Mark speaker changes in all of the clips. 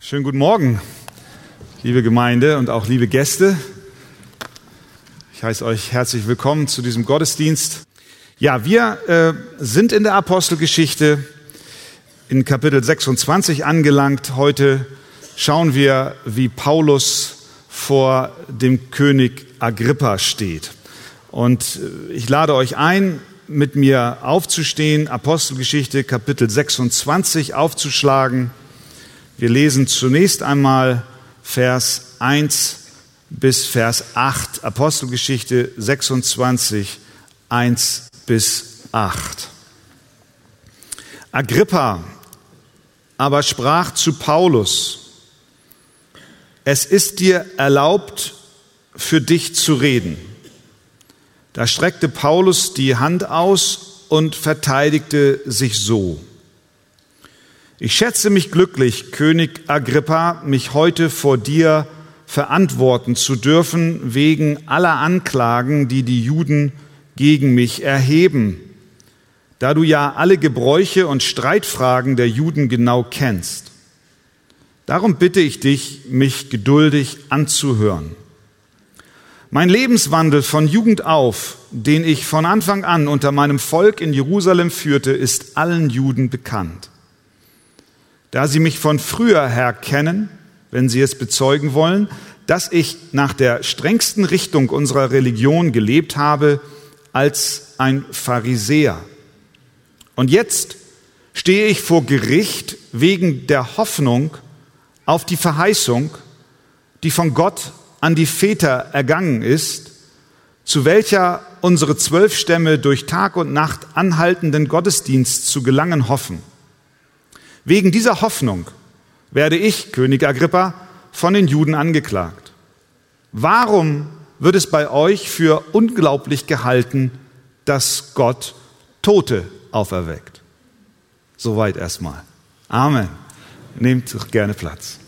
Speaker 1: Schönen guten Morgen, liebe Gemeinde und auch liebe Gäste. Ich heiße euch herzlich willkommen zu diesem Gottesdienst. Ja, wir sind in der Apostelgeschichte in Kapitel 26 angelangt. Heute schauen wir, wie Paulus vor dem König Agrippa steht. Und ich lade euch ein, mit mir aufzustehen, Apostelgeschichte Kapitel 26 aufzuschlagen. Wir lesen zunächst einmal Vers 1 bis Vers 8, Apostelgeschichte 26, 1 bis 8. Agrippa aber sprach zu Paulus: Es ist dir erlaubt, für dich zu reden. Da streckte Paulus die Hand aus und verteidigte sich so: Ich schätze mich glücklich, König Agrippa, mich heute vor dir verantworten zu dürfen wegen aller Anklagen, die die Juden gegen mich erheben, da du ja alle Gebräuche und Streitfragen der Juden genau kennst. Darum bitte ich dich, mich geduldig anzuhören. Mein Lebenswandel von Jugend auf, den ich von Anfang an unter meinem Volk in Jerusalem führte, ist allen Juden bekannt. Da sie mich von früher her kennen, wenn sie es bezeugen wollen, dass ich nach der strengsten Richtung unserer Religion gelebt habe als ein Pharisäer. Und jetzt stehe ich vor Gericht wegen der Hoffnung auf die Verheißung, die von Gott an die Väter ergangen ist, zu welcher unsere 12 Stämme durch Tag und Nacht anhaltenden Gottesdienst zu gelangen hoffen. Wegen dieser Hoffnung werde ich, König Agrippa, von den Juden angeklagt. Warum wird es bei euch für unglaublich gehalten, dass Gott Tote auferweckt? Soweit erstmal. Amen. Nehmt doch gerne Platz.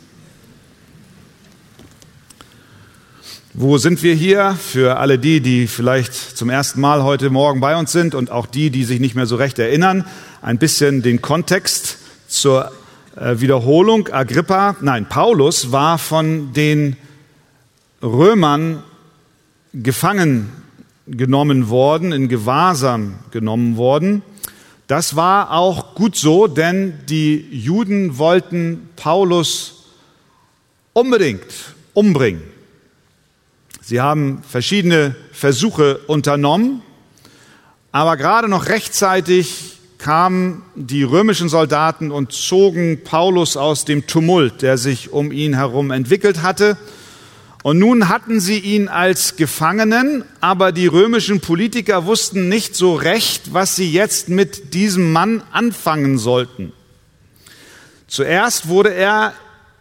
Speaker 1: Wo sind wir hier? Für alle die vielleicht zum ersten Mal heute Morgen bei uns sind und auch die sich nicht mehr so recht erinnern, ein bisschen den Kontext zur Wiederholung. Paulus war von den Römern gefangen genommen worden, in Gewahrsam genommen worden. Das war auch gut so, denn die Juden wollten Paulus unbedingt umbringen. Sie haben verschiedene Versuche unternommen, aber gerade noch rechtzeitig kamen die römischen Soldaten und zogen Paulus aus dem Tumult, der sich um ihn herum entwickelt hatte. Und nun hatten sie ihn als Gefangenen, aber die römischen Politiker wussten nicht so recht, was sie jetzt mit diesem Mann anfangen sollten. Zuerst wurde er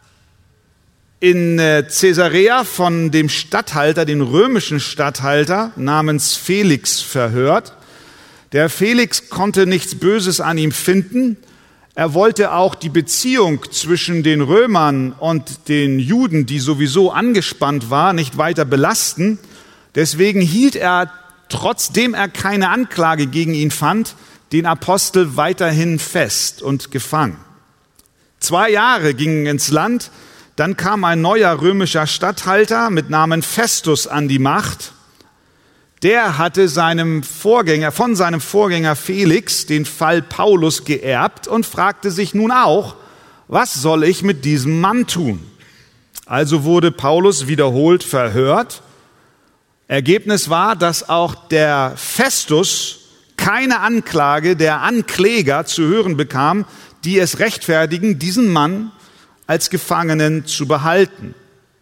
Speaker 1: in Caesarea von dem Statthalter, dem römischen Statthalter namens Felix verhört. Der Felix konnte nichts Böses an ihm finden. Er wollte auch die Beziehung zwischen den Römern und den Juden, die sowieso angespannt war, nicht weiter belasten. Deswegen hielt er, trotzdem er keine Anklage gegen ihn fand, den Apostel weiterhin fest und gefangen. 2 Jahre gingen ins Land. Dann kam ein neuer römischer Statthalter mit Namen Festus an die Macht. Der hatte von seinem Vorgänger Felix den Fall Paulus geerbt und fragte sich nun auch: Was soll ich mit diesem Mann tun? Also wurde Paulus wiederholt verhört. Ergebnis war, dass auch der Festus keine Anklage der Ankläger zu hören bekam, die es rechtfertigen, diesen Mann als Gefangenen zu behalten.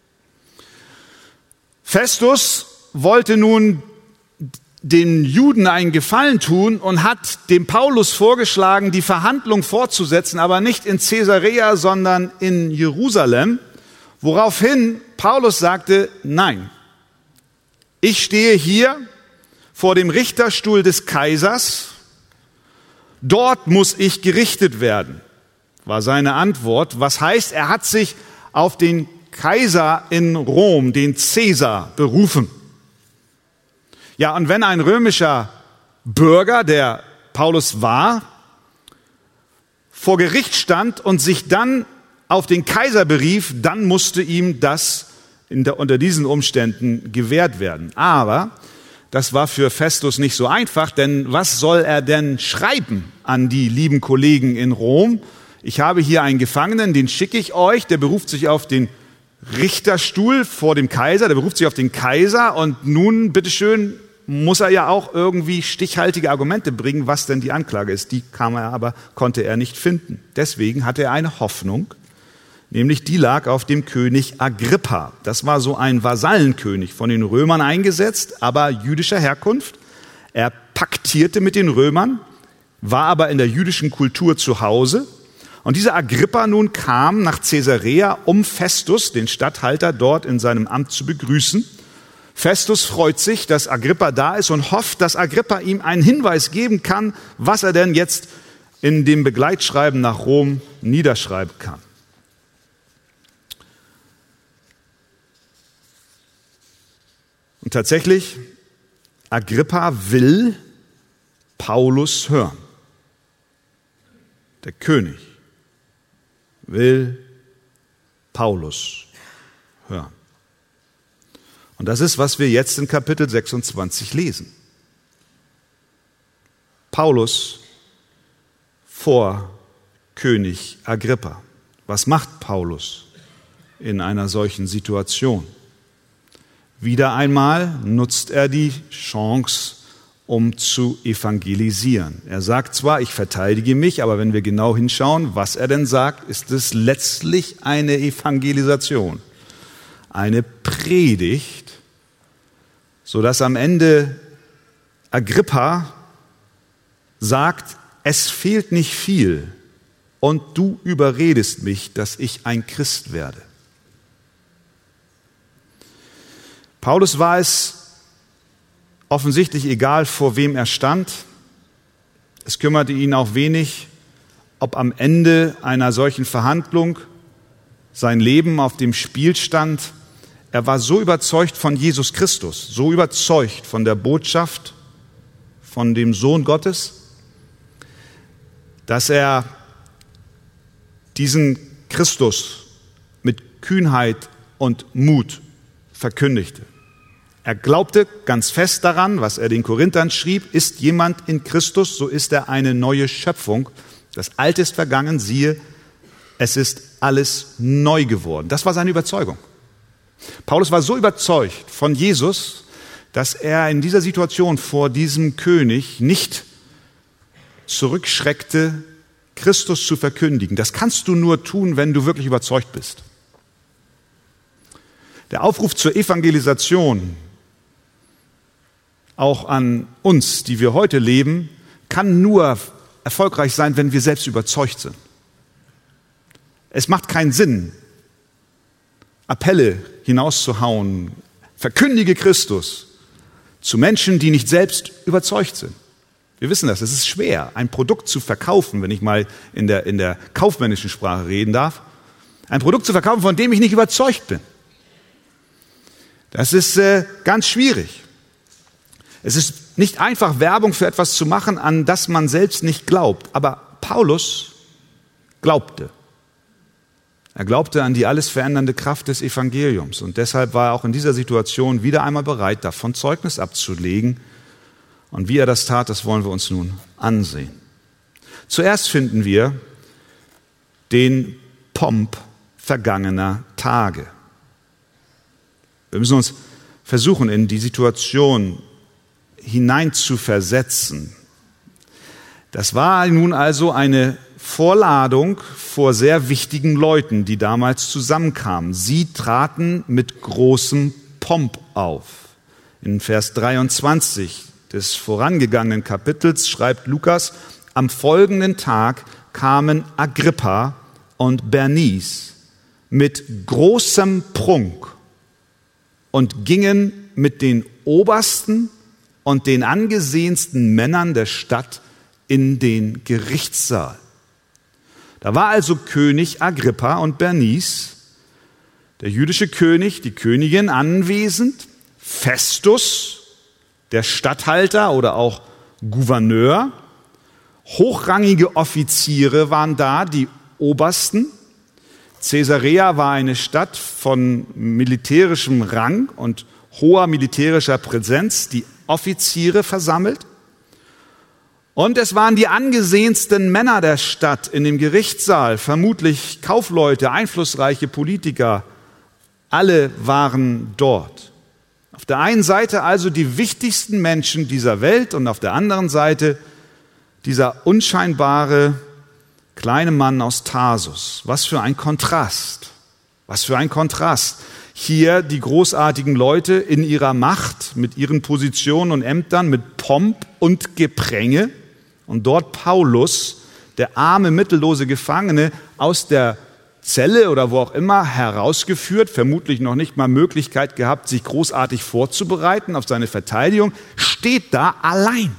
Speaker 1: Festus wollte nun den Juden einen Gefallen tun und hat dem Paulus vorgeschlagen, die Verhandlung fortzusetzen, aber nicht in Caesarea, sondern in Jerusalem, woraufhin Paulus sagte: Nein, ich stehe hier vor dem Richterstuhl des Kaisers, dort muss ich gerichtet werden, war seine Antwort. Was heißt, er hat sich auf den Kaiser in Rom, den Caesar, berufen. Ja, und wenn ein römischer Bürger, der Paulus war, vor Gericht stand und sich dann auf den Kaiser berief, dann musste ihm das unter diesen Umständen gewährt werden. Aber das war für Festus nicht so einfach, denn was soll er denn schreiben an die lieben Kollegen in Rom? Ich habe hier einen Gefangenen, den schicke ich euch, der beruft sich auf den Richterstuhl vor dem Kaiser, der beruft sich auf den Kaiser und nun, bitteschön, muss er ja auch irgendwie stichhaltige Argumente bringen, was denn die Anklage ist. Die konnte er nicht finden. Deswegen hatte er eine Hoffnung, nämlich die lag auf dem König Agrippa. Das war so ein Vasallenkönig, von den Römern eingesetzt, aber jüdischer Herkunft. Er paktierte mit den Römern, war aber in der jüdischen Kultur zu Hause. Und dieser Agrippa nun kam nach Caesarea, um Festus, den Statthalter, dort in seinem Amt zu begrüßen. Festus freut sich, dass Agrippa da ist und hofft, dass Agrippa ihm einen Hinweis geben kann, was er denn jetzt in dem Begleitschreiben nach Rom niederschreiben kann. Und tatsächlich, Agrippa will Paulus hören. Der König will Paulus hören. Und das ist, was wir jetzt in Kapitel 26 lesen. Paulus vor König Agrippa. Was macht Paulus in einer solchen Situation? Wieder einmal nutzt er die Chance, um zu evangelisieren. Er sagt zwar, ich verteidige mich, aber wenn wir genau hinschauen, was er denn sagt, ist es letztlich eine Evangelisation, eine Predigt, sodass am Ende Agrippa sagt, es fehlt nicht viel und du überredest mich, dass ich ein Christ werde. Paulus war es offensichtlich egal, vor wem er stand. Es kümmerte ihn auch wenig, ob am Ende einer solchen Verhandlung sein Leben auf dem Spiel stand. Er war so überzeugt von Jesus Christus, so überzeugt von der Botschaft, von dem Sohn Gottes, dass er diesen Christus mit Kühnheit und Mut verkündigte. Er glaubte ganz fest daran, was er den Korinthern schrieb, ist jemand in Christus, so ist er eine neue Schöpfung. Das Alte ist vergangen, siehe, es ist alles neu geworden. Das war seine Überzeugung. Paulus war so überzeugt von Jesus, dass er in dieser Situation vor diesem König nicht zurückschreckte, Christus zu verkündigen. Das kannst du nur tun, wenn du wirklich überzeugt bist. Der Aufruf zur Evangelisation, auch an uns, die wir heute leben, kann nur erfolgreich sein, wenn wir selbst überzeugt sind. Es macht keinen Sinn, Appelle hinauszuhauen, verkündige Christus zu Menschen, die nicht selbst überzeugt sind. Wir wissen das, es ist schwer, ein Produkt zu verkaufen, wenn ich mal in der kaufmännischen Sprache reden darf, ein Produkt zu verkaufen, von dem ich nicht überzeugt bin. Das ist ganz schwierig. Es ist nicht einfach, Werbung für etwas zu machen, an das man selbst nicht glaubt. Aber Paulus glaubte. Er glaubte an die alles verändernde Kraft des Evangeliums. Und deshalb war er auch in dieser Situation wieder einmal bereit, davon Zeugnis abzulegen. Und wie er das tat, das wollen wir uns nun ansehen. Zuerst finden wir den Pomp vergangener Tage. Wir müssen uns versuchen, in die Situation hineinzuversetzen. Das war nun also eine Vorladung vor sehr wichtigen Leuten, die damals zusammenkamen. Sie traten mit großem Pomp auf. In Vers 23 des vorangegangenen Kapitels schreibt Lukas, am folgenden Tag kamen Agrippa und Bernice mit großem Prunk und gingen mit den Obersten und den angesehensten Männern der Stadt in den Gerichtssaal. Da war also König Agrippa und Bernice, der jüdische König, die Königin anwesend, Festus, der Statthalter oder auch Gouverneur, hochrangige Offiziere waren da, die Obersten, Caesarea war eine Stadt von militärischem Rang und hoher militärischer Präsenz, die Offiziere versammelt. Und es waren die angesehensten Männer der Stadt in dem Gerichtssaal, vermutlich Kaufleute, einflussreiche Politiker. Alle waren dort. Auf der einen Seite also die wichtigsten Menschen dieser Welt und auf der anderen Seite dieser unscheinbare kleine Mann aus Tarsus. Was für ein Kontrast. Was für ein Kontrast. Hier die großartigen Leute in ihrer Macht, mit ihren Positionen und Ämtern, mit Pomp und Gepränge. Und dort Paulus, der arme, mittellose Gefangene, aus der Zelle oder wo auch immer herausgeführt, vermutlich noch nicht mal Möglichkeit gehabt, sich großartig vorzubereiten auf seine Verteidigung, steht da allein.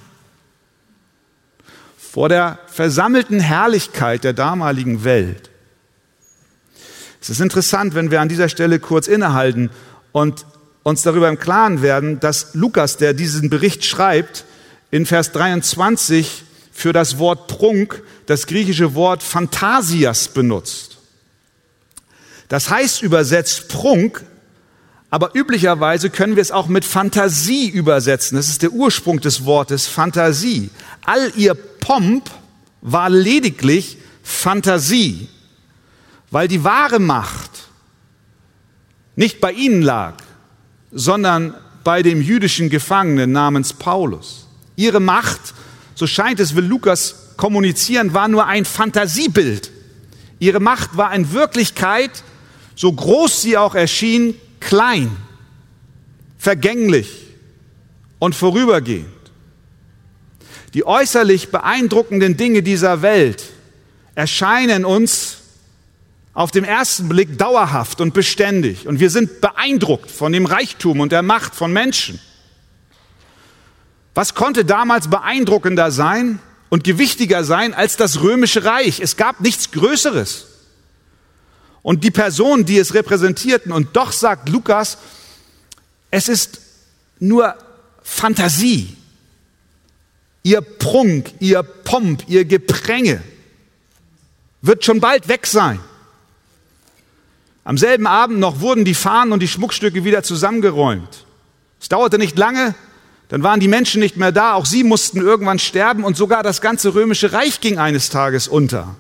Speaker 1: Vor der versammelten Herrlichkeit der damaligen Welt. Es ist interessant, wenn wir an dieser Stelle kurz innehalten und uns darüber im Klaren werden, dass Lukas, der diesen Bericht schreibt, in Vers 23 für das Wort Prunk das griechische Wort Phantasias benutzt. Das heißt übersetzt Prunk, aber üblicherweise können wir es auch mit Fantasie übersetzen. Das ist der Ursprung des Wortes Fantasie. All ihr Pomp war lediglich Fantasie, weil die wahre Macht nicht bei ihnen lag, sondern bei dem jüdischen Gefangenen namens Paulus. Ihre Macht, so scheint es, will Lukas kommunizieren, war nur ein Fantasiebild. Ihre Macht war in Wirklichkeit, so groß sie auch erschien, klein, vergänglich und vorübergehend. Die äußerlich beeindruckenden Dinge dieser Welt erscheinen uns auf den ersten Blick dauerhaft und beständig. Und wir sind beeindruckt von dem Reichtum und der Macht von Menschen. Was konnte damals beeindruckender sein und gewichtiger sein als das Römische Reich? Es gab nichts Größeres. Und die Personen, die es repräsentierten, und doch sagt Lukas, es ist nur Fantasie. Ihr Prunk, ihr Pomp, ihr Gepränge wird schon bald weg sein. Am selben Abend noch wurden die Fahnen und die Schmuckstücke wieder zusammengeräumt. Es dauerte nicht lange, dann waren die Menschen nicht mehr da, auch sie mussten irgendwann sterben und sogar das ganze Römische Reich ging eines Tages unter.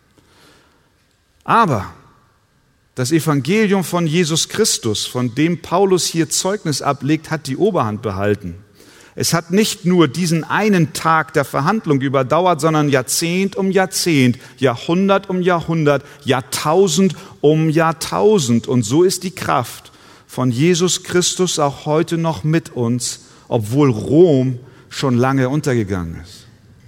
Speaker 1: Aber das Evangelium von Jesus Christus, von dem Paulus hier Zeugnis ablegt, hat die Oberhand behalten. Es hat nicht nur diesen einen Tag der Verhandlung überdauert, sondern Jahrzehnt um Jahrzehnt, Jahrhundert um Jahrhundert, Jahrtausend um Jahrtausend. Und so ist die Kraft von Jesus Christus auch heute noch mit uns, obwohl Rom schon lange untergegangen ist.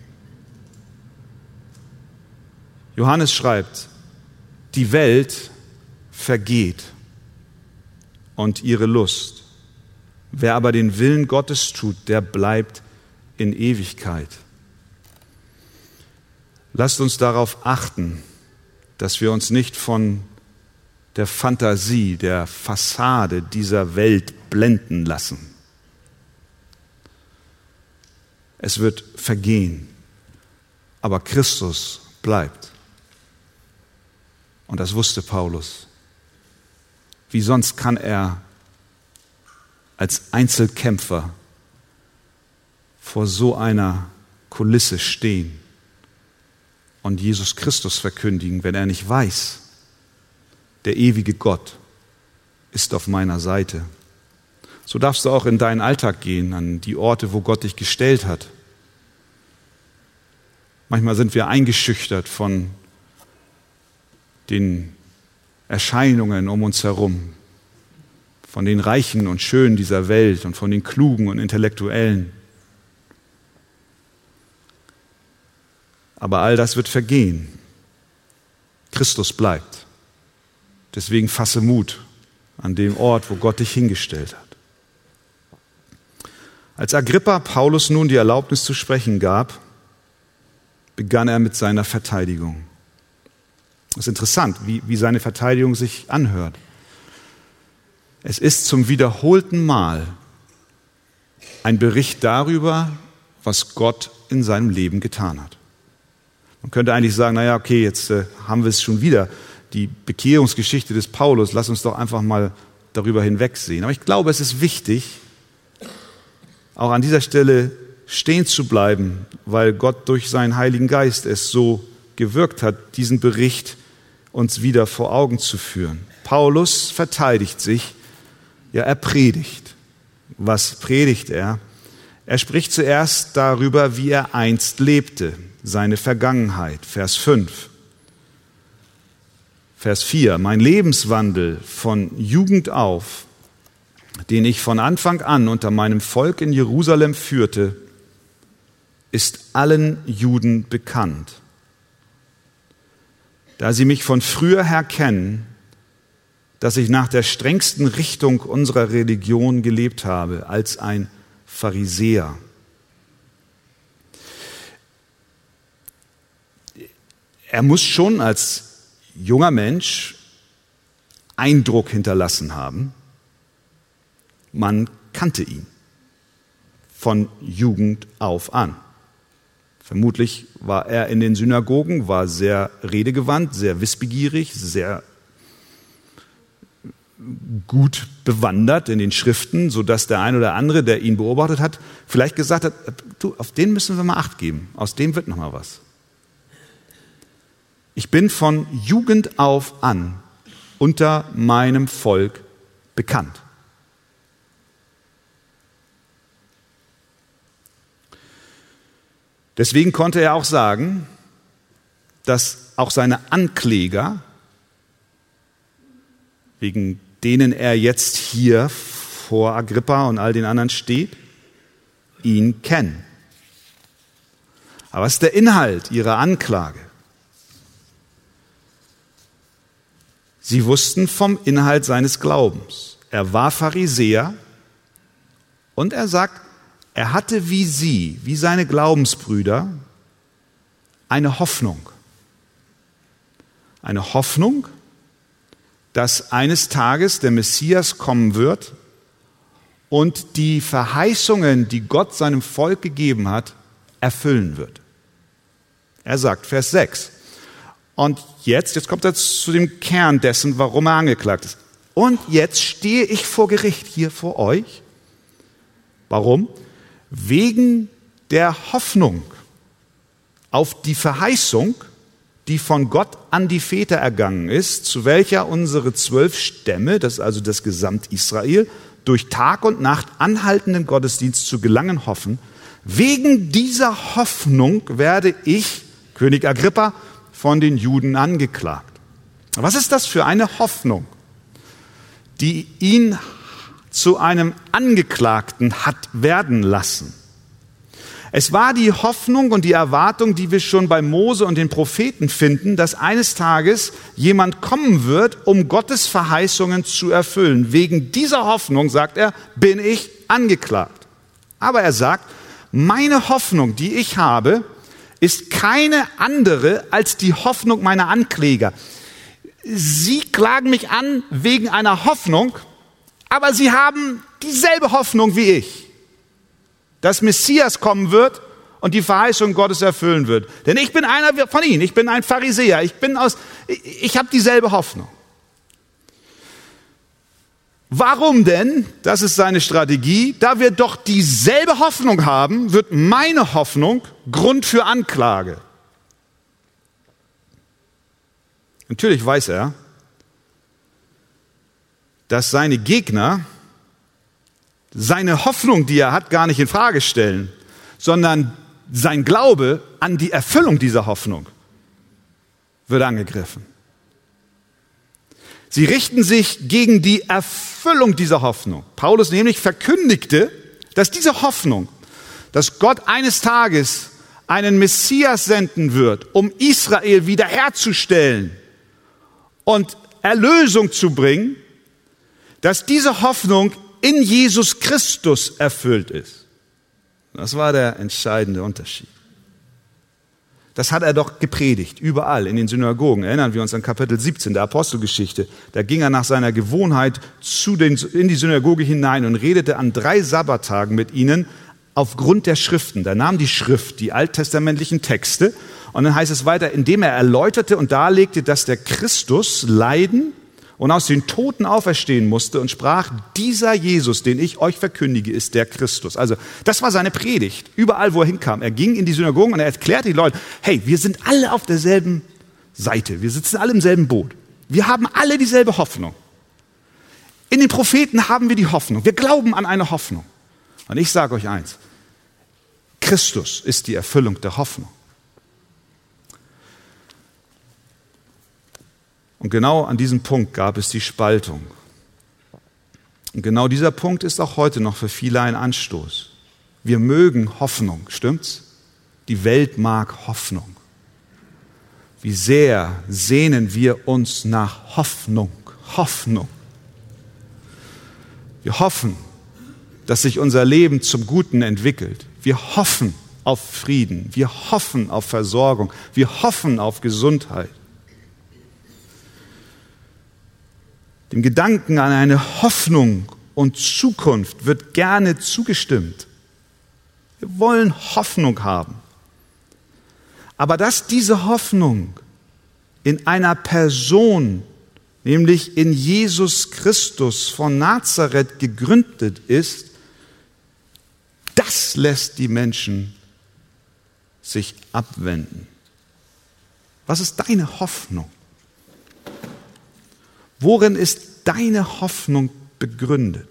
Speaker 1: Johannes schreibt, die Welt vergeht und ihre Lust. Wer aber den Willen Gottes tut, der bleibt in Ewigkeit. Lasst uns darauf achten, dass wir uns nicht von der Fantasie, der Fassade dieser Welt blenden lassen. Es wird vergehen, aber Christus bleibt. Und das wusste Paulus. Wie sonst kann er als Einzelkämpfer vor so einer Kulisse stehen und Jesus Christus verkündigen, wenn er nicht weiß, der ewige Gott ist auf meiner Seite. So darfst du auch in deinen Alltag gehen, an die Orte, wo Gott dich gestellt hat. Manchmal sind wir eingeschüchtert von den Erscheinungen um uns herum, von den Reichen und Schönen dieser Welt und von den Klugen und Intellektuellen. Aber all das wird vergehen. Christus bleibt. Deswegen fasse Mut an dem Ort, wo Gott dich hingestellt hat. Als Agrippa Paulus nun die Erlaubnis zu sprechen gab, begann er mit seiner Verteidigung. Es ist interessant, wie seine Verteidigung sich anhört. Es ist zum wiederholten Mal ein Bericht darüber, was Gott in seinem Leben getan hat. Man könnte eigentlich sagen, naja, okay, jetzt haben wir es schon wieder. die Bekehrungsgeschichte des Paulus, lass uns doch einfach mal darüber hinwegsehen. Aber ich glaube, es ist wichtig, auch an dieser Stelle stehen zu bleiben, weil Gott durch seinen Heiligen Geist es so gewirkt hat, diesen Bericht uns wieder vor Augen zu führen. Paulus verteidigt sich, ja, er predigt. Was predigt er? Er spricht zuerst darüber, wie er einst lebte, seine Vergangenheit, Vers 5. Vers 4, mein Lebenswandel von Jugend auf, den ich von Anfang an unter meinem Volk in Jerusalem führte, ist allen Juden bekannt. Da sie mich von früher her kennen, dass ich nach der strengsten Richtung unserer Religion gelebt habe, als ein Pharisäer. Er muss schon als junger Mensch Eindruck hinterlassen haben. Man kannte ihn von Jugend auf an. Vermutlich war er in den Synagogen, war sehr redegewandt, sehr wissbegierig, sehr gut bewandert in den Schriften, sodass der ein oder andere, der ihn beobachtet hat, vielleicht gesagt hat, du, auf den müssen wir mal Acht geben, aus dem wird noch mal was. Ich bin von Jugend auf an unter meinem Volk bekannt. Deswegen konnte er auch sagen, dass auch seine Ankläger, wegen denen er jetzt hier vor Agrippa und all den anderen steht, ihn kennen. Aber was ist der Inhalt ihrer Anklage? Sie wussten vom Inhalt seines Glaubens. Er war Pharisäer und er sagt, er hatte wie sie, wie seine Glaubensbrüder, eine Hoffnung. Eine Hoffnung, dass eines Tages der Messias kommen wird und die Verheißungen, die Gott seinem Volk gegeben hat, erfüllen wird. Er sagt, Vers 6. Und jetzt kommt er zu dem Kern dessen, warum er angeklagt ist. Und jetzt stehe ich vor Gericht hier vor euch. Warum? Wegen der Hoffnung auf die Verheißung, die von Gott an die Väter ergangen ist, zu welcher unsere 12 Stämme, das ist also das Gesamt-Israel, durch Tag und Nacht anhaltenden Gottesdienst zu gelangen hoffen. Wegen dieser Hoffnung werde ich, König Agrippa, von den Juden angeklagt. Was ist das für eine Hoffnung, die ihn zu einem Angeklagten hat werden lassen? Es war die Hoffnung und die Erwartung, die wir schon bei Mose und den Propheten finden, dass eines Tages jemand kommen wird, um Gottes Verheißungen zu erfüllen. Wegen dieser Hoffnung, sagt er, bin ich angeklagt. Aber er sagt, meine Hoffnung, die ich habe, ist keine andere als die Hoffnung meiner Ankläger. Sie klagen mich an wegen einer Hoffnung, aber sie haben dieselbe Hoffnung wie ich, dass Messias kommen wird und die Verheißung Gottes erfüllen wird. Denn ich bin einer von ihnen, ich bin ein Pharisäer, ich habe dieselbe Hoffnung. Warum denn? Das ist seine Strategie. Da wir doch dieselbe Hoffnung haben, wird meine Hoffnung Grund für Anklage. Natürlich weiß er, dass seine Gegner seine Hoffnung, die er hat, gar nicht in Frage stellen, sondern sein Glaube an die Erfüllung dieser Hoffnung wird angegriffen. Sie richten sich gegen die Erfüllung dieser Hoffnung. Paulus nämlich verkündigte, dass diese Hoffnung, dass Gott eines Tages einen Messias senden wird, um Israel wiederherzustellen und Erlösung zu bringen, dass diese Hoffnung in Jesus Christus erfüllt ist. Das war der entscheidende Unterschied. Das hat er doch gepredigt, überall in den Synagogen. Erinnern wir uns an Kapitel 17 der Apostelgeschichte. Da ging er nach seiner Gewohnheit in die Synagoge hinein und redete an 3 Sabbattagen mit ihnen aufgrund der Schriften. Da nahm die Schrift, die alttestamentlichen Texte, Und dann heißt es weiter, indem er erläuterte und darlegte, dass der Christus leiden und aus den Toten auferstehen musste und sprach, dieser Jesus, den ich euch verkündige, ist der Christus. Also das war seine Predigt, überall wo er hinkam. Er ging in die Synagogen und er erklärte den Leuten, hey, wir sind alle auf derselben Seite, wir sitzen alle im selben Boot. Wir haben alle dieselbe Hoffnung. In den Propheten haben wir die Hoffnung. Wir glauben an eine Hoffnung. Und ich sage euch eins, Christus ist die Erfüllung der Hoffnung. Und genau an diesem Punkt gab es die Spaltung. Und genau dieser Punkt ist auch heute noch für viele ein Anstoß. Wir mögen Hoffnung, stimmt's? Die Welt mag Hoffnung. Wie sehr sehnen wir uns nach Hoffnung, Hoffnung. Wir hoffen, dass sich unser Leben zum Guten entwickelt. Wir hoffen auf Frieden, wir hoffen auf Versorgung, wir hoffen auf Gesundheit. Dem Gedanken an eine Hoffnung und Zukunft wird gerne zugestimmt. Wir wollen Hoffnung haben. Aber dass diese Hoffnung in einer Person, nämlich in Jesus Christus von Nazareth gegründet ist, das lässt die Menschen sich abwenden. Was ist deine Hoffnung? Worin ist deine Hoffnung begründet?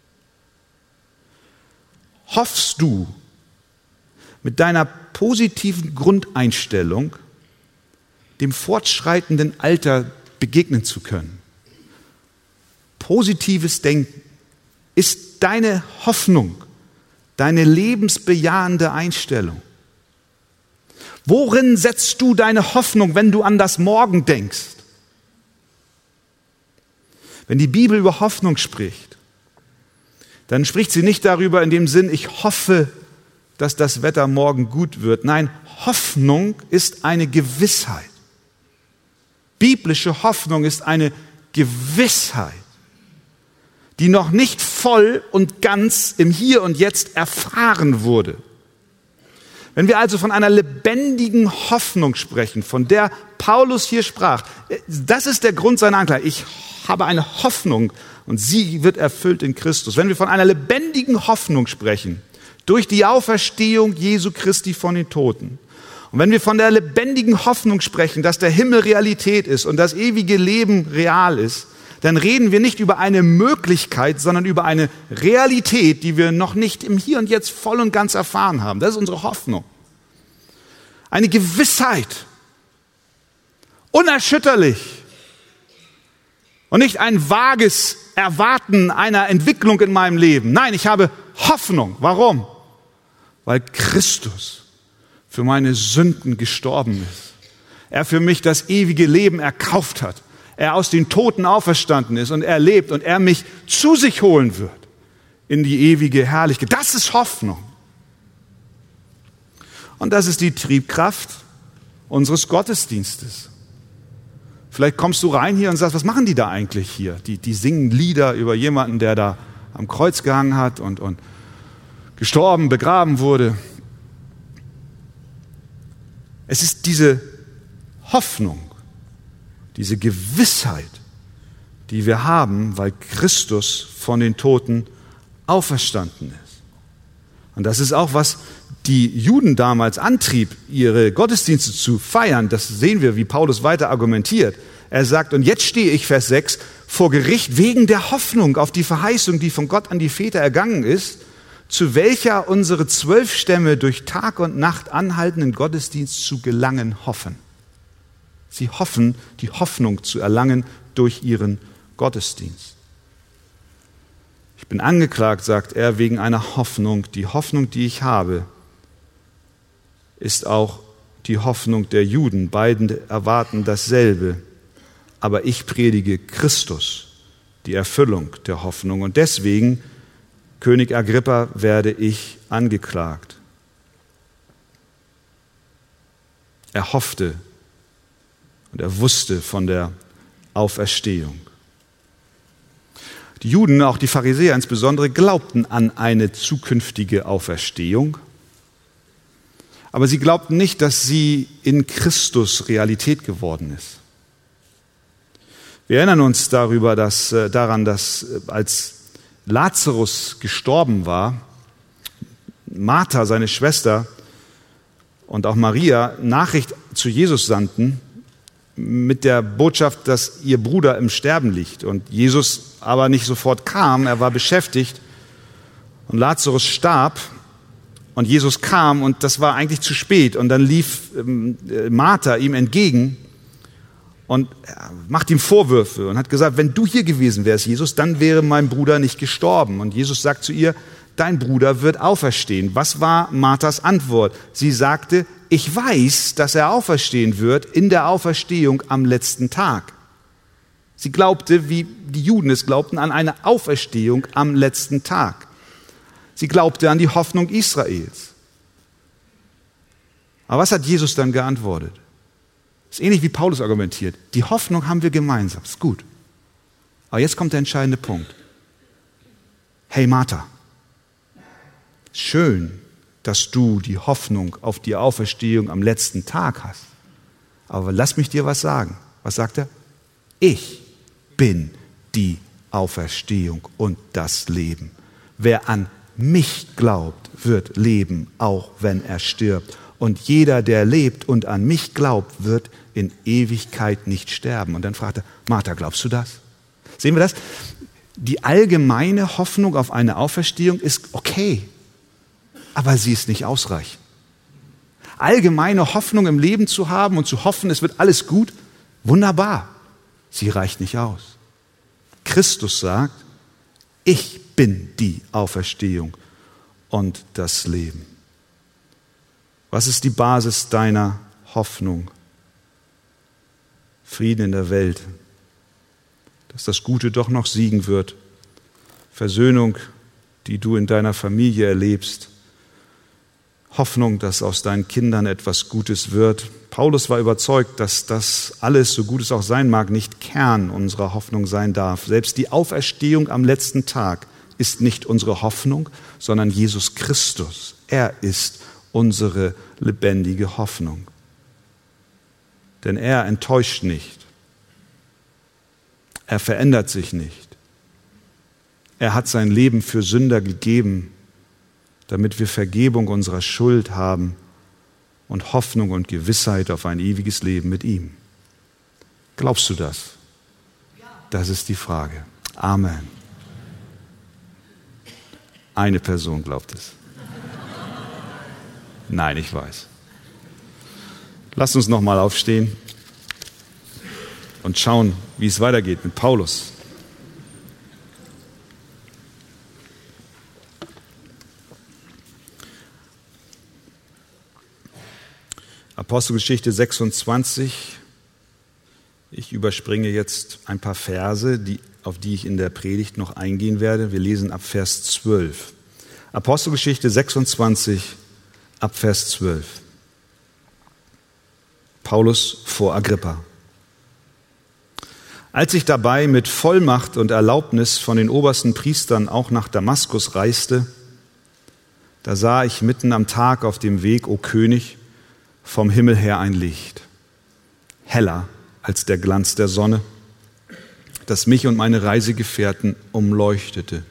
Speaker 1: Hoffst du mit deiner positiven Grundeinstellung dem fortschreitenden Alter begegnen zu können? Positives Denken ist deine Hoffnung, deine lebensbejahende Einstellung. Worin setzt du deine Hoffnung, wenn du an das Morgen denkst? Wenn die Bibel über Hoffnung spricht, dann spricht sie nicht darüber in dem Sinn, ich hoffe, dass das Wetter morgen gut wird. Nein, Hoffnung ist eine Gewissheit. Biblische Hoffnung ist eine Gewissheit, die noch nicht voll und ganz im Hier und Jetzt erfahren wurde. Wenn wir also von einer lebendigen Hoffnung sprechen, von der Paulus hier sprach, das ist der Grund seiner Anklage. Ich habe eine Hoffnung und sie wird erfüllt in Christus. Wenn wir von einer lebendigen Hoffnung sprechen, durch die Auferstehung Jesu Christi von den Toten, und wenn wir von der lebendigen Hoffnung sprechen, dass der Himmel Realität ist und das ewige Leben real ist, dann reden wir nicht über eine Möglichkeit, sondern über eine Realität, die wir noch nicht im Hier und Jetzt voll und ganz erfahren haben. Das ist unsere Hoffnung. Eine Gewissheit, unerschütterlich und nicht ein vages Erwarten einer Entwicklung in meinem Leben. Nein, ich habe Hoffnung. Warum? Weil Christus für meine Sünden gestorben ist. Er für mich das ewige Leben erkauft hat. Er aus den Toten auferstanden ist und er lebt und er mich zu sich holen wird in die ewige Herrlichkeit. Das ist Hoffnung. Und das ist die Triebkraft unseres Gottesdienstes. Vielleicht kommst du rein hier und sagst, was machen die da eigentlich hier? Die singen Lieder über jemanden, der da am Kreuz gehangen hat und gestorben, begraben wurde. Es ist diese Hoffnung, diese Gewissheit, die wir haben, weil Christus von den Toten auferstanden ist. Und das ist auch, was die Juden damals antrieb, ihre Gottesdienste zu feiern. Das sehen wir, wie Paulus weiter argumentiert. Er sagt, und jetzt stehe ich, Vers 6, vor Gericht wegen der Hoffnung auf die Verheißung, die von Gott an die Väter ergangen ist, zu welcher unsere 12 Stämme durch Tag und Nacht anhaltenden Gottesdienst zu gelangen hoffen. Sie hoffen, die Hoffnung zu erlangen durch ihren Gottesdienst. Ich bin angeklagt, sagt er, wegen einer Hoffnung. Die Hoffnung, die ich habe, ist auch die Hoffnung der Juden. Beiden erwarten dasselbe. Aber ich predige Christus, die Erfüllung der Hoffnung. Und deswegen, König Agrippa, werde ich angeklagt. Er hoffte und er wusste von der Auferstehung. Die Juden, auch die Pharisäer insbesondere, glaubten an eine zukünftige Auferstehung. Aber sie glaubten nicht, dass sie in Christus Realität geworden ist. Wir erinnern uns daran, dass als Lazarus gestorben war, Martha, seine Schwester, und auch Maria Nachricht zu Jesus sandten mit der Botschaft, dass ihr Bruder im Sterben liegt. Und Jesus aber nicht sofort kam, er war beschäftigt und Lazarus starb und Jesus kam und das war eigentlich zu spät. Und dann lief Martha ihm entgegen und macht ihm Vorwürfe und hat gesagt, wenn du hier gewesen wärst, Jesus, dann wäre mein Bruder nicht gestorben. Und Jesus sagt zu ihr, dein Bruder wird auferstehen. Was war Marthas Antwort? Sie sagte, ich weiß, dass er auferstehen wird in der Auferstehung am letzten Tag. Sie glaubte, wie die Juden es glaubten, an eine Auferstehung am letzten Tag. Sie glaubte an die Hoffnung Israels. Aber was hat Jesus dann geantwortet? Das ist ähnlich wie Paulus argumentiert. Die Hoffnung haben wir gemeinsam, ist gut. Aber jetzt kommt der entscheidende Punkt. Hey Martha, schön, dass du die Hoffnung auf die Auferstehung am letzten Tag hast. Aber lass mich dir was sagen. Was sagt er? Ich bin die Auferstehung und das Leben. Wer an mich glaubt, wird leben, auch wenn er stirbt. Und jeder, der lebt und an mich glaubt, wird in Ewigkeit nicht sterben. Und dann fragt er, Martha, glaubst du das? Sehen wir das? Die allgemeine Hoffnung auf eine Auferstehung ist okay, aber sie ist nicht ausreichend. Allgemeine Hoffnung im Leben zu haben und zu hoffen, es wird alles gut, wunderbar. Sie reicht nicht aus. Christus sagt, ich bin die Auferstehung und das Leben. Was ist die Basis deiner Hoffnung? Frieden in der Welt, dass das Gute doch noch siegen wird. Versöhnung, die du in deiner Familie erlebst. Hoffnung, dass aus deinen Kindern etwas Gutes wird. Paulus war überzeugt, dass das alles, so gut es auch sein mag, nicht Kern unserer Hoffnung sein darf. Selbst die Auferstehung am letzten Tag ist nicht unsere Hoffnung, sondern Jesus Christus. Er ist unsere lebendige Hoffnung. Denn er enttäuscht nicht. Er verändert sich nicht. Er hat sein Leben für Sünder gegeben, damit wir Vergebung unserer Schuld haben und Hoffnung und Gewissheit auf ein ewiges Leben mit ihm. Glaubst du das? Das ist die Frage. Amen. Eine Person glaubt es. Nein, ich weiß. Lasst uns noch mal aufstehen und schauen, wie es weitergeht mit Paulus. Apostelgeschichte 26. Ich überspringe jetzt ein paar Verse, auf die ich in der Predigt noch eingehen werde. Wir lesen ab Vers 12. Apostelgeschichte 26, ab Vers 12. Paulus vor Agrippa. Als ich dabei mit Vollmacht und Erlaubnis von den obersten Priestern auch nach Damaskus reiste, da sah ich mitten am Tag auf dem Weg, o König, vom Himmel her ein Licht, heller als der Glanz der Sonne, das mich und meine Reisegefährten umleuchtete.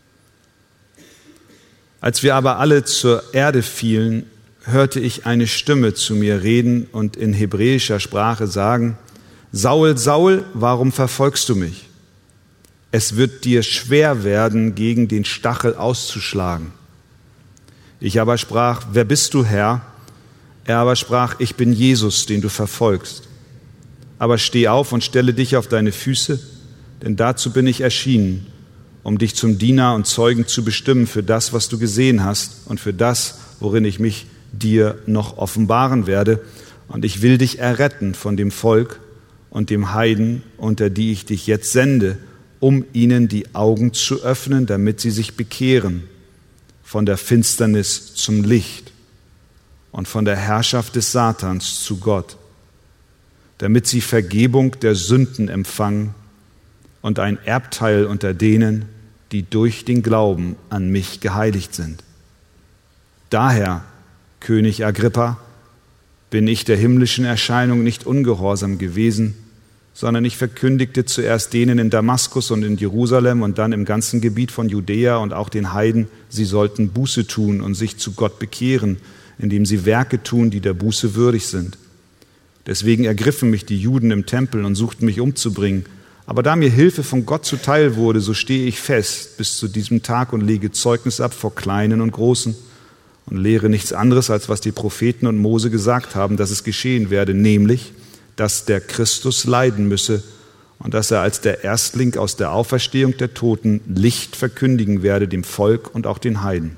Speaker 1: Als wir aber alle zur Erde fielen, hörte ich eine Stimme zu mir reden und in hebräischer Sprache sagen, Saul, Saul, warum verfolgst du mich? Es wird dir schwer werden, gegen den Stachel auszuschlagen. Ich aber sprach, wer bist du, Herr? Er aber sprach, ich bin Jesus, den du verfolgst. Aber steh auf und stelle dich auf deine Füße, denn dazu bin ich erschienen, um dich zum Diener und Zeugen zu bestimmen für das, was du gesehen hast und für das, worin ich mich dir noch offenbaren werde. Und ich will dich erretten von dem Volk und dem Heiden, unter die ich dich jetzt sende, um ihnen die Augen zu öffnen, damit sie sich bekehren von der Finsternis zum Licht und von der Herrschaft des Satans zu Gott, damit sie Vergebung der Sünden empfangen und ein Erbteil unter denen, die durch den Glauben an mich geheiligt sind. Daher König Agrippa, bin ich der himmlischen Erscheinung nicht ungehorsam gewesen, sondern ich verkündigte zuerst denen in Damaskus und in Jerusalem und dann im ganzen Gebiet von Judäa und auch den Heiden, sie sollten Buße tun und sich zu Gott bekehren, indem sie Werke tun, die der Buße würdig sind. Deswegen ergriffen mich die Juden im Tempel und suchten mich umzubringen. Aber da mir Hilfe von Gott zuteil wurde, so stehe ich fest bis zu diesem Tag und lege Zeugnis ab vor Kleinen und Großen und lehre nichts anderes, als was die Propheten und Mose gesagt haben, dass es geschehen werde, nämlich, dass der Christus leiden müsse und dass er als der Erstling aus der Auferstehung der Toten Licht verkündigen werde dem Volk und auch den Heiden.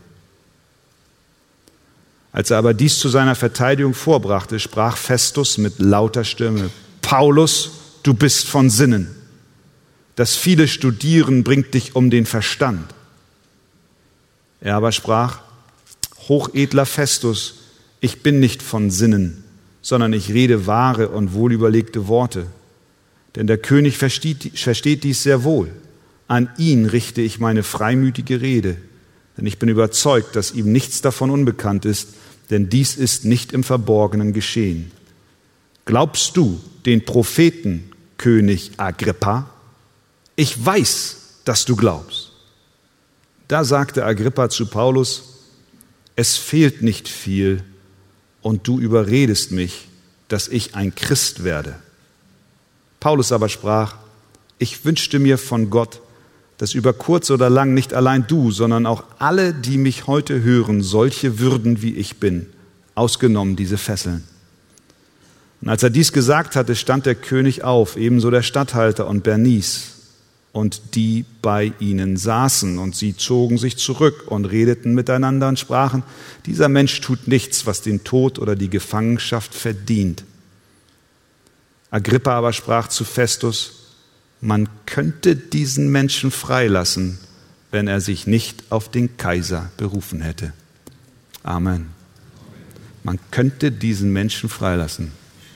Speaker 1: Als er aber dies zu seiner Verteidigung vorbrachte, sprach Festus mit lauter Stimme: Paulus, du bist von Sinnen. Das viele Studieren bringt dich um den Verstand. Er aber sprach: Hochedler Festus, ich bin nicht von Sinnen, sondern ich rede wahre und wohlüberlegte Worte. Denn der König versteht dies sehr wohl. An ihn richte ich meine freimütige Rede, denn ich bin überzeugt, dass ihm nichts davon unbekannt ist, denn dies ist nicht im Verborgenen geschehen. Glaubst du den Propheten, König Agrippa? Ich weiß, dass du glaubst. Da sagte Agrippa zu Paulus: Es fehlt nicht viel, und du überredest mich, dass ich ein Christ werde. Paulus aber sprach: Ich wünschte mir von Gott, dass über kurz oder lang nicht allein du, sondern auch alle, die mich heute hören, solche würden, wie ich bin, ausgenommen diese Fesseln. Und als er dies gesagt hatte, stand der König auf, ebenso der Statthalter und Bernice und die bei ihnen saßen. Und sie zogen sich zurück und redeten miteinander und sprachen: Dieser Mensch tut nichts, was den Tod oder die Gefangenschaft verdient. Agrippa aber sprach zu Festus: Man könnte diesen Menschen freilassen, wenn er sich nicht auf den Kaiser berufen hätte. Amen. Man könnte diesen Menschen freilassen.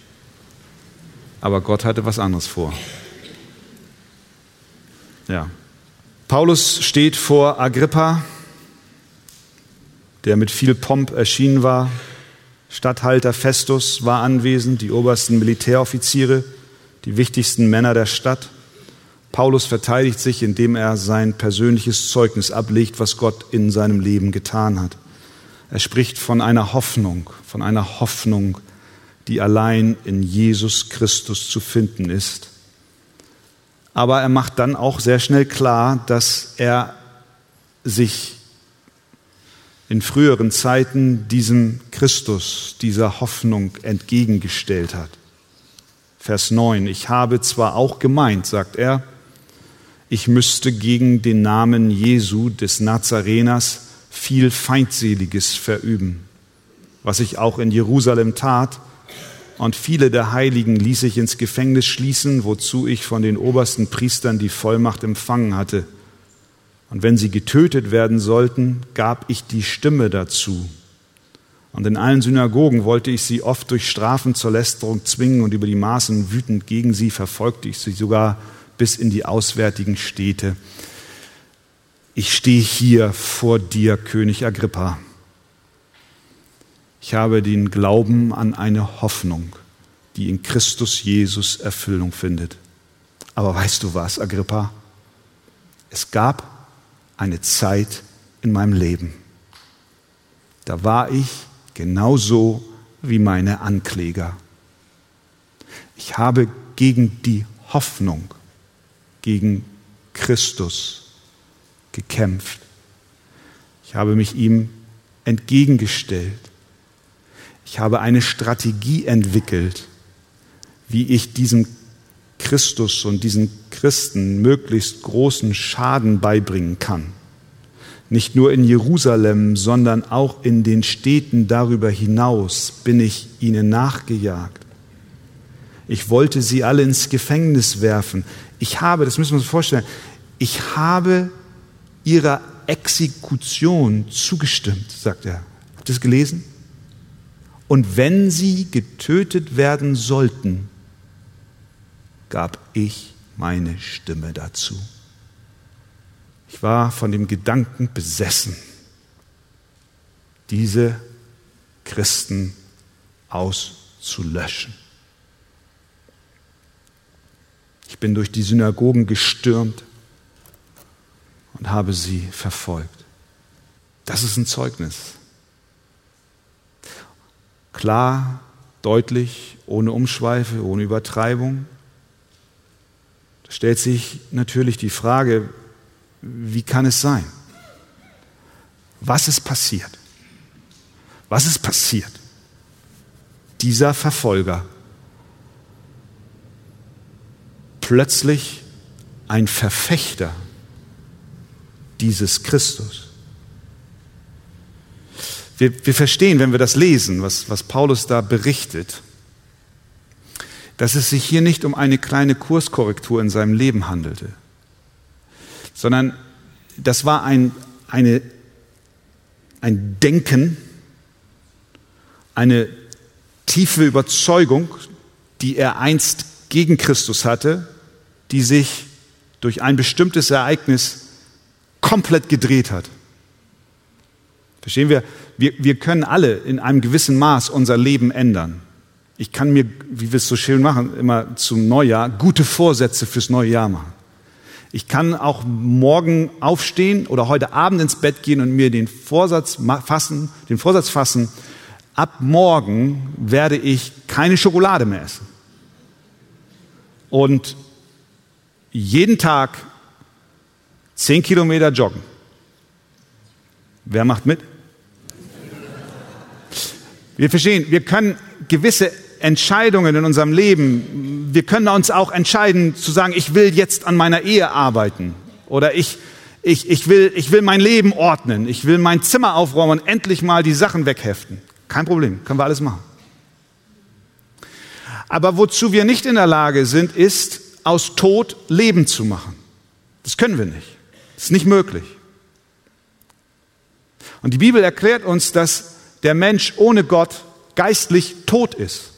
Speaker 1: Aber Gott hatte was anderes vor. Ja. Paulus steht vor Agrippa, der mit viel Pomp erschienen war. Statthalter Festus war anwesend, die obersten Militäroffiziere, die wichtigsten Männer der Stadt. Paulus verteidigt sich, indem er sein persönliches Zeugnis ablegt, was Gott in seinem Leben getan hat. Er spricht von einer Hoffnung, die allein in Jesus Christus zu finden ist. Aber er macht dann auch sehr schnell klar, dass er sich in früheren Zeiten diesem Christus, dieser Hoffnung entgegengestellt hat. Vers 9: Ich habe zwar auch gemeint, sagt er, ich müsste gegen den Namen Jesu des Nazareners viel Feindseliges verüben, was ich auch in Jerusalem tat, und viele der Heiligen ließ ich ins Gefängnis schließen, wozu ich von den obersten Priestern die Vollmacht empfangen hatte. Und wenn sie getötet werden sollten, gab ich die Stimme dazu. Und in allen Synagogen wollte ich sie oft durch Strafen zur Lästerung zwingen, und über die Maßen wütend gegen sie verfolgte ich sie sogar bis in die auswärtigen Städte. Ich stehe hier vor dir, König Agrippa. Ich habe den Glauben an eine Hoffnung, die in Christus Jesus Erfüllung findet. Aber weißt du was, Agrippa? Es gab eine Zeit in meinem Leben, da war ich genauso wie meine Ankläger. Ich habe gegen die Hoffnung, gegen Christus gekämpft. Ich habe mich ihm entgegengestellt. Ich habe eine Strategie entwickelt, wie ich diesem Christus und diesen Christen möglichst großen Schaden beibringen kann. Nicht nur in Jerusalem, sondern auch in den Städten darüber hinaus bin ich ihnen nachgejagt. Ich wollte sie alle ins Gefängnis werfen. Das müssen wir uns vorstellen, ich habe ihrer Exekution zugestimmt, sagt er. Habt ihr das gelesen? Und wenn sie getötet werden sollten, gab ich meine Stimme dazu. Ich war von dem Gedanken besessen, diese Christen auszulöschen. Ich bin durch die Synagogen gestürmt und habe sie verfolgt. Das ist ein Zeugnis. Klar, deutlich, ohne Umschweife, ohne Übertreibung. Da stellt sich natürlich die Frage, wie kann es sein? Was ist passiert? Was ist passiert? Dieser Verfolger, plötzlich ein Verfechter dieses Christus. Wir verstehen, wenn wir das lesen, was Paulus da berichtet, dass es sich hier nicht um eine kleine Kurskorrektur in seinem Leben handelte, sondern das war ein Denken, eine tiefe Überzeugung, die er einst gegen Christus hatte, die sich durch ein bestimmtes Ereignis komplett gedreht hat. Verstehen wir? Wir können alle in einem gewissen Maß unser Leben ändern. Ich kann mir, wie wir es so schön machen, immer zum Neujahr Gute Vorsätze fürs neue Jahr machen. Ich kann auch morgen aufstehen oder heute Abend ins Bett gehen und mir den Vorsatz fassen, ab morgen werde ich keine Schokolade mehr essen. Und jeden Tag 10 Kilometer joggen. Wer macht mit? Wir verstehen, wir können gewisse Entscheidungen in unserem Leben, wir können uns auch entscheiden zu sagen, ich will jetzt an meiner Ehe arbeiten oder ich will mein Leben ordnen, ich will mein Zimmer aufräumen und endlich mal die Sachen wegheften. Kein Problem, können wir alles machen. Aber wozu wir nicht in der Lage sind, ist, aus Tod Leben zu machen. Das können wir nicht. Das ist nicht möglich. Und die Bibel erklärt uns, dass der Mensch ohne Gott geistlich tot ist.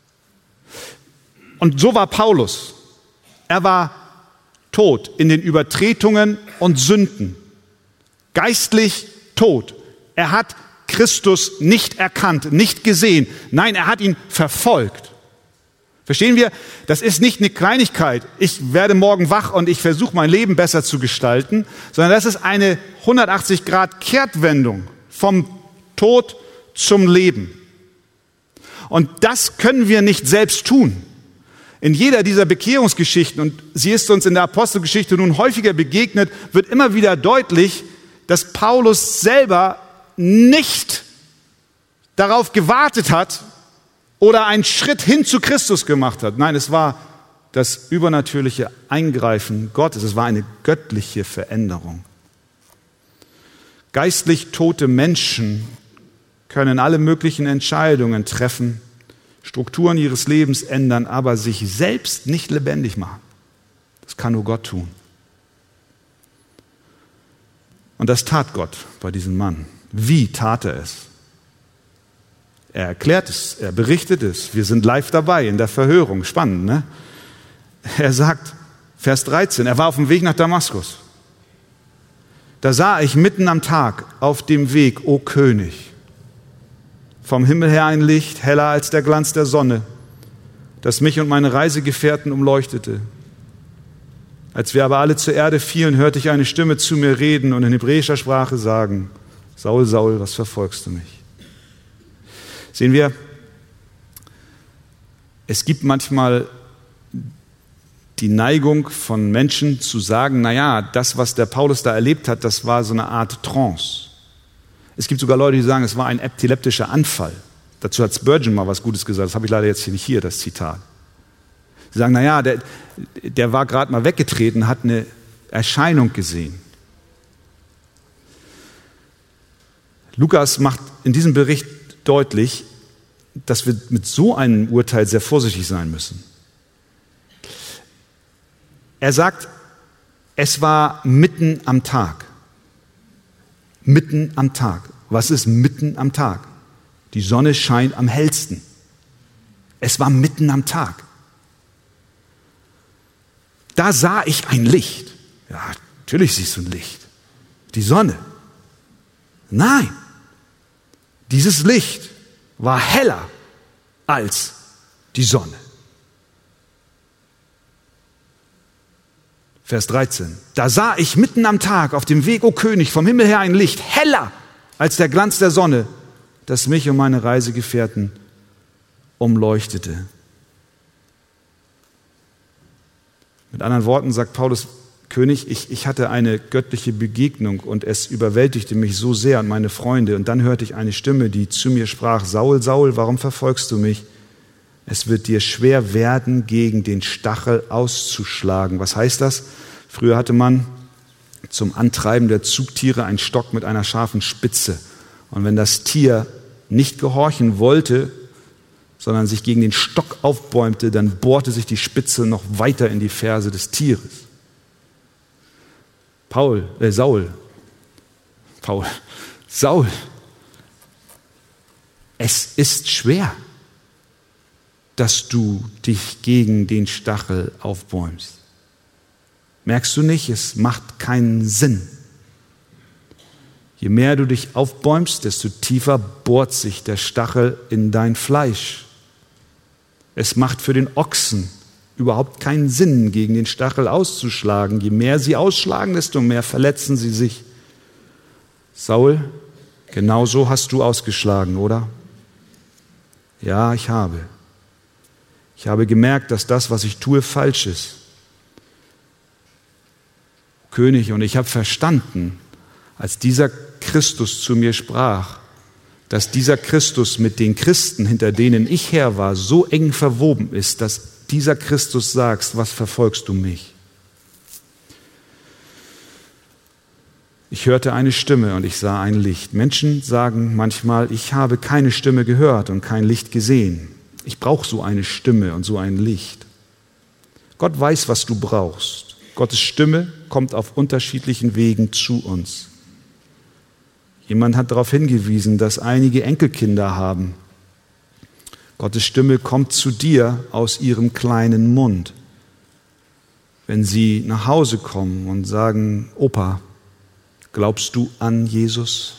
Speaker 1: Und so war Paulus. Er war tot in den Übertretungen und Sünden. Geistlich tot. Er hat Christus nicht erkannt, nicht gesehen. Nein, er hat ihn verfolgt. Verstehen wir? Das ist nicht eine Kleinigkeit. Ich werde morgen wach und ich versuche mein Leben besser zu gestalten, sondern das ist eine 180-Grad-Kehrtwendung vom Tod zum Leben. Und das können wir nicht selbst tun. In jeder dieser Bekehrungsgeschichten, und sie ist uns in der Apostelgeschichte nun häufiger begegnet, wird immer wieder deutlich, dass Paulus selber nicht darauf gewartet hat oder einen Schritt hin zu Christus gemacht hat. Nein, es war das übernatürliche Eingreifen Gottes. Es war eine göttliche Veränderung. Geistlich tote Menschen können alle möglichen Entscheidungen treffen, Strukturen ihres Lebens ändern, aber sich selbst nicht lebendig machen. Das kann nur Gott tun. Und das tat Gott bei diesem Mann. Wie tat er es? Er erklärt es, er berichtet es. Wir sind live dabei in der Verhörung. Spannend, ne? Er sagt, Vers 13, er war auf dem Weg nach Damaskus. Da sah ich mitten am Tag auf dem Weg, o König, vom Himmel her ein Licht, heller als der Glanz der Sonne, das mich und meine Reisegefährten umleuchtete. Als wir aber alle zur Erde fielen, hörte ich eine Stimme zu mir reden und in hebräischer Sprache sagen, Saul, Saul, was verfolgst du mich? Sehen wir, es gibt manchmal die Neigung von Menschen zu sagen, naja, das, was der Paulus da erlebt hat, das war so eine Art Trance. Es gibt sogar Leute, die sagen, es war ein epileptischer Anfall. Dazu hat Spurgeon mal was Gutes gesagt, das habe ich leider jetzt hier nicht hier, das Zitat. Sie sagen, naja, der war gerade mal weggetreten, hat eine Erscheinung gesehen. Lukas macht in diesem Bericht deutlich, dass wir mit so einem Urteil sehr vorsichtig sein müssen. Er sagt, es war mitten am Tag. Mitten am Tag. Was ist mitten am Tag? Die Sonne scheint am hellsten. Es war mitten am Tag. Da sah ich ein Licht. Ja, natürlich siehst du ein Licht. Die Sonne. Nein. Dieses Licht war heller als die Sonne. Vers 13. Da sah ich mitten am Tag auf dem Weg, o König, vom Himmel her ein Licht, heller als der Glanz der Sonne, das mich und meine Reisegefährten umleuchtete. Mit anderen Worten sagt Paulus: König, ich hatte eine göttliche Begegnung und es überwältigte mich so sehr und meine Freunde. Und dann hörte ich eine Stimme, die zu mir sprach: Saul, Saul, warum verfolgst du mich? Es wird dir schwer werden, gegen den Stachel auszuschlagen. Was heißt das? Früher hatte man zum Antreiben der Zugtiere einen Stock mit einer scharfen Spitze. Und wenn das Tier nicht gehorchen wollte, sondern sich gegen den Stock aufbäumte, dann bohrte sich die Spitze noch weiter in die Ferse des Tieres. Saul, es ist schwer, dass du dich gegen den Stachel aufbäumst. Merkst du nicht, es macht keinen Sinn. Je mehr du dich aufbäumst, desto tiefer bohrt sich der Stachel in dein Fleisch. Es macht für den Ochsen überhaupt keinen Sinn, gegen den Stachel auszuschlagen. Je mehr sie ausschlagen, desto mehr verletzen sie sich. Saul, genauso hast du ausgeschlagen, oder? Ja, ich habe. Ich habe gemerkt, dass das, was ich tue, falsch ist. König, und ich habe verstanden, als dieser Christus zu mir sprach, dass dieser Christus mit den Christen, hinter denen ich her war, so eng verwoben ist, dass dieser Christus sagt: Was verfolgst du mich? Ich hörte eine Stimme und ich sah ein Licht. Menschen sagen manchmal: Ich habe keine Stimme gehört und kein Licht gesehen. Ich brauche so eine Stimme und so ein Licht. Gott weiß, was du brauchst. Gottes Stimme kommt auf unterschiedlichen Wegen zu uns. Jemand hat darauf hingewiesen, dass einige Enkelkinder haben. Gottes Stimme kommt zu dir aus ihrem kleinen Mund. Wenn sie nach Hause kommen und sagen: Opa, glaubst du an Jesus?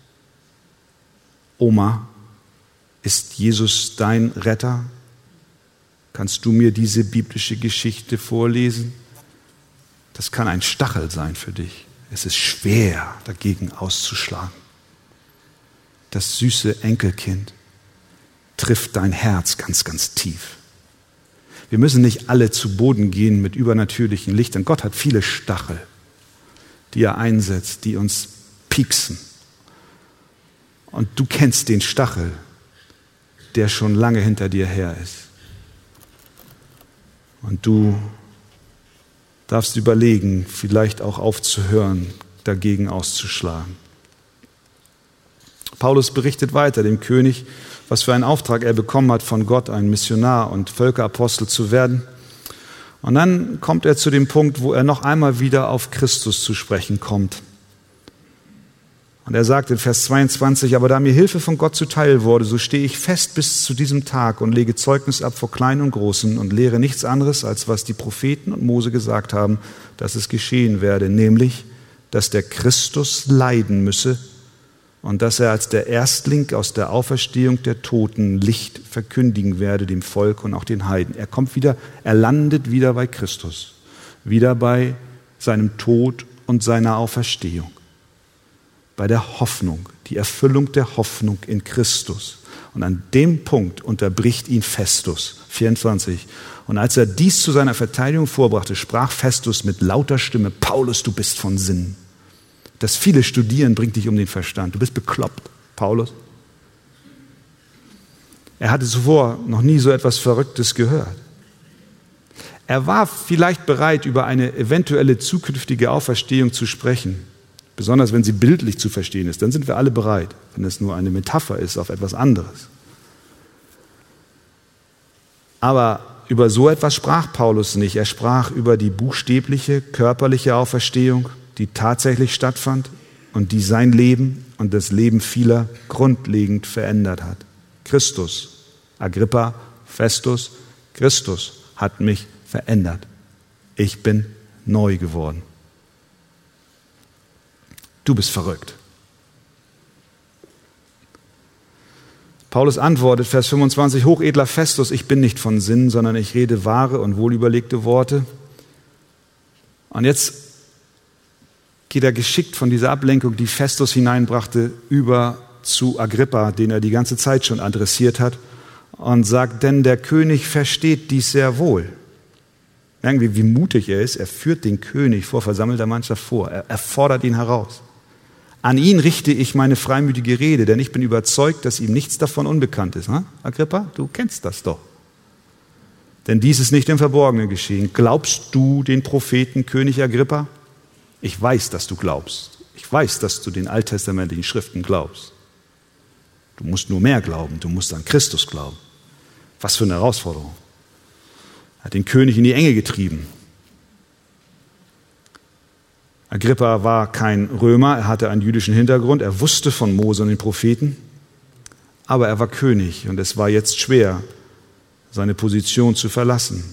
Speaker 1: Oma, ist Jesus dein Retter? Kannst du mir diese biblische Geschichte vorlesen? Das kann ein Stachel sein für dich. Es ist schwer, dagegen auszuschlagen. Das süße Enkelkind trifft dein Herz ganz, ganz tief. Wir müssen nicht alle zu Boden gehen mit übernatürlichen Lichtern. Gott hat viele Stachel, die er einsetzt, die uns pieksen. Und du kennst den Stachel, der schon lange hinter dir her ist. Und du darfst überlegen, vielleicht auch aufzuhören, dagegen auszuschlagen. Paulus berichtet weiter dem König, was für einen Auftrag er bekommen hat von Gott, ein Missionar und Völkerapostel zu werden. Und dann kommt er zu dem Punkt, wo er noch einmal wieder auf Christus zu sprechen kommt. Und er sagt in Vers 22, aber da mir Hilfe von Gott zuteil wurde, so stehe ich fest bis zu diesem Tag und lege Zeugnis ab vor Kleinen und Großen und lehre nichts anderes, als was die Propheten und Mose gesagt haben, dass es geschehen werde, nämlich, dass der Christus leiden müsse und dass er als der Erstling aus der Auferstehung der Toten Licht verkündigen werde dem Volk und auch den Heiden. Er kommt wieder, er landet wieder bei Christus, wieder bei seinem Tod und seiner Auferstehung. Bei der Hoffnung, die Erfüllung der Hoffnung in Christus. Und an dem Punkt unterbricht ihn Festus, 24. Und als er dies zu seiner Verteidigung vorbrachte, sprach Festus mit lauter Stimme: Paulus, du bist von Sinnen. Das viele Studieren bringt dich um den Verstand. Du bist bekloppt, Paulus. Er hatte zuvor noch nie so etwas Verrücktes gehört. Er war vielleicht bereit, über eine eventuelle zukünftige Auferstehung zu sprechen. Besonders wenn sie bildlich zu verstehen ist, dann sind wir alle bereit, wenn es nur eine Metapher ist auf etwas anderes. Aber über so etwas sprach Paulus nicht. Er sprach über die buchstäbliche, körperliche Auferstehung, die tatsächlich stattfand und die sein Leben und das Leben vieler grundlegend verändert hat. Christus, Agrippa, Festus, Christus hat mich verändert. Ich bin neu geworden. Du bist verrückt. Paulus antwortet, Vers 25, hochedler Festus, ich bin nicht von Sinnen, sondern ich rede wahre und wohlüberlegte Worte. Und jetzt geht er geschickt von dieser Ablenkung, die Festus hineinbrachte, über zu Agrippa, den er die ganze Zeit schon adressiert hat, und sagt, denn der König versteht dies sehr wohl. Merken wir, wie mutig er ist. Er führt den König vor versammelter Mannschaft vor. Er fordert ihn heraus. An ihn richte ich meine freimütige Rede, denn ich bin überzeugt, dass ihm nichts davon unbekannt ist. Agrippa, du kennst das doch. Denn dies ist nicht im Verborgenen geschehen. Glaubst du den Propheten, König Agrippa? Ich weiß, dass du glaubst. Ich weiß, dass du den alttestamentlichen Schriften glaubst. Du musst nur mehr glauben. Du musst an Christus glauben. Was für eine Herausforderung. Er hat den König in die Enge getrieben. Agrippa war kein Römer, er hatte einen jüdischen Hintergrund, er wusste von Mose und den Propheten, aber er war König und es war jetzt schwer, seine Position zu verlassen.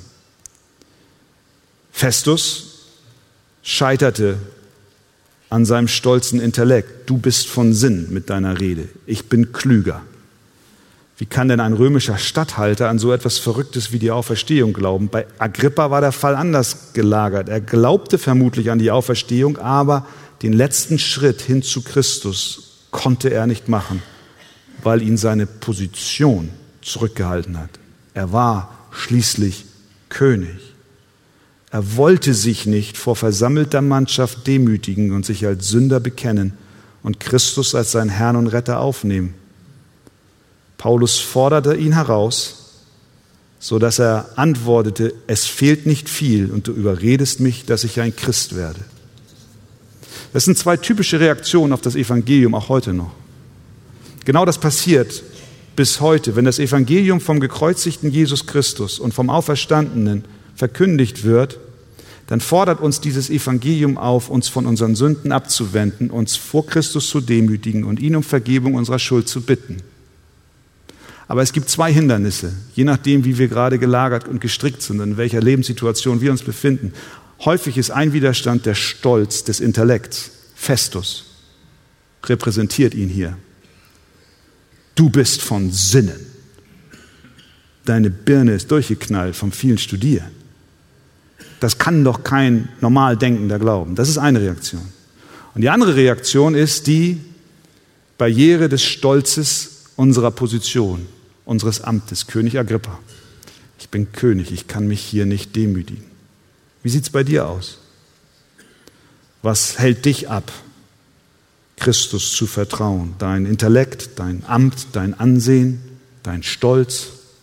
Speaker 1: Festus scheiterte an seinem stolzen Intellekt. Du bist von Sinn mit deiner Rede. Ich bin klüger. Wie kann denn ein römischer Statthalter an so etwas Verrücktes wie die Auferstehung glauben? Bei Agrippa war der Fall anders gelagert. Er glaubte vermutlich an die Auferstehung, aber den letzten Schritt hin zu Christus konnte er nicht machen, weil ihn seine Position zurückgehalten hat. Er war schließlich König. Er wollte sich nicht vor versammelter Mannschaft demütigen und sich als Sünder bekennen und Christus als seinen Herrn und Retter aufnehmen. Paulus forderte ihn heraus, sodass er antwortete, es fehlt nicht viel und du überredest mich, dass ich ein Christ werde. Das sind zwei typische Reaktionen auf das Evangelium, auch heute noch. Genau das passiert bis heute, wenn das Evangelium vom gekreuzigten Jesus Christus und vom Auferstandenen verkündigt wird, dann fordert uns dieses Evangelium auf, uns von unseren Sünden abzuwenden, uns vor Christus zu demütigen und ihn um Vergebung unserer Schuld zu bitten. Aber es gibt zwei Hindernisse, je nachdem, wie wir gerade gelagert und gestrickt sind, in welcher Lebenssituation wir uns befinden. Häufig ist ein Widerstand der Stolz des Intellekts. Festus repräsentiert ihn hier. Du bist von Sinnen. Deine Birne ist durchgeknallt vom vielen Studieren. Das kann doch kein normal denkender glauben. Das ist eine Reaktion. Und die andere Reaktion ist die Barriere des Stolzes unserer Position, unseres Amtes, König Agrippa. Ich bin König, ich kann mich hier nicht demütigen. Wie sieht es bei dir aus? Was hält dich ab, Christus zu vertrauen? Dein Intellekt, dein Amt, dein Ansehen, dein Stolz?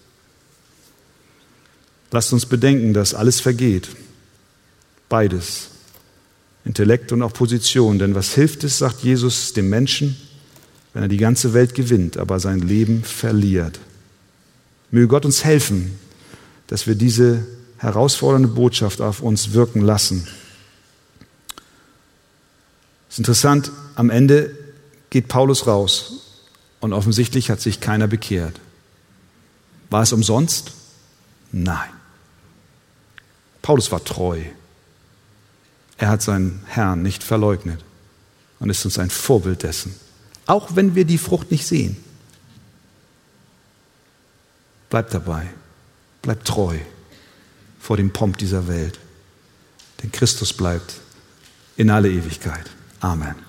Speaker 1: Lasst uns bedenken, dass alles vergeht. Beides. Intellekt und auch Position. Denn was hilft es, sagt Jesus dem Menschen, wenn er die ganze Welt gewinnt, aber sein Leben verliert? Möge Gott uns helfen, dass wir diese herausfordernde Botschaft auf uns wirken lassen. Es ist interessant, am Ende geht Paulus raus und offensichtlich hat sich keiner bekehrt. War es umsonst? Nein. Paulus war treu. Er hat seinen Herrn nicht verleugnet und ist uns ein Vorbild dessen. Auch wenn wir die Frucht nicht sehen. Bleib dabei. Bleib treu vor dem Pomp dieser Welt. Denn Christus bleibt in alle Ewigkeit. Amen.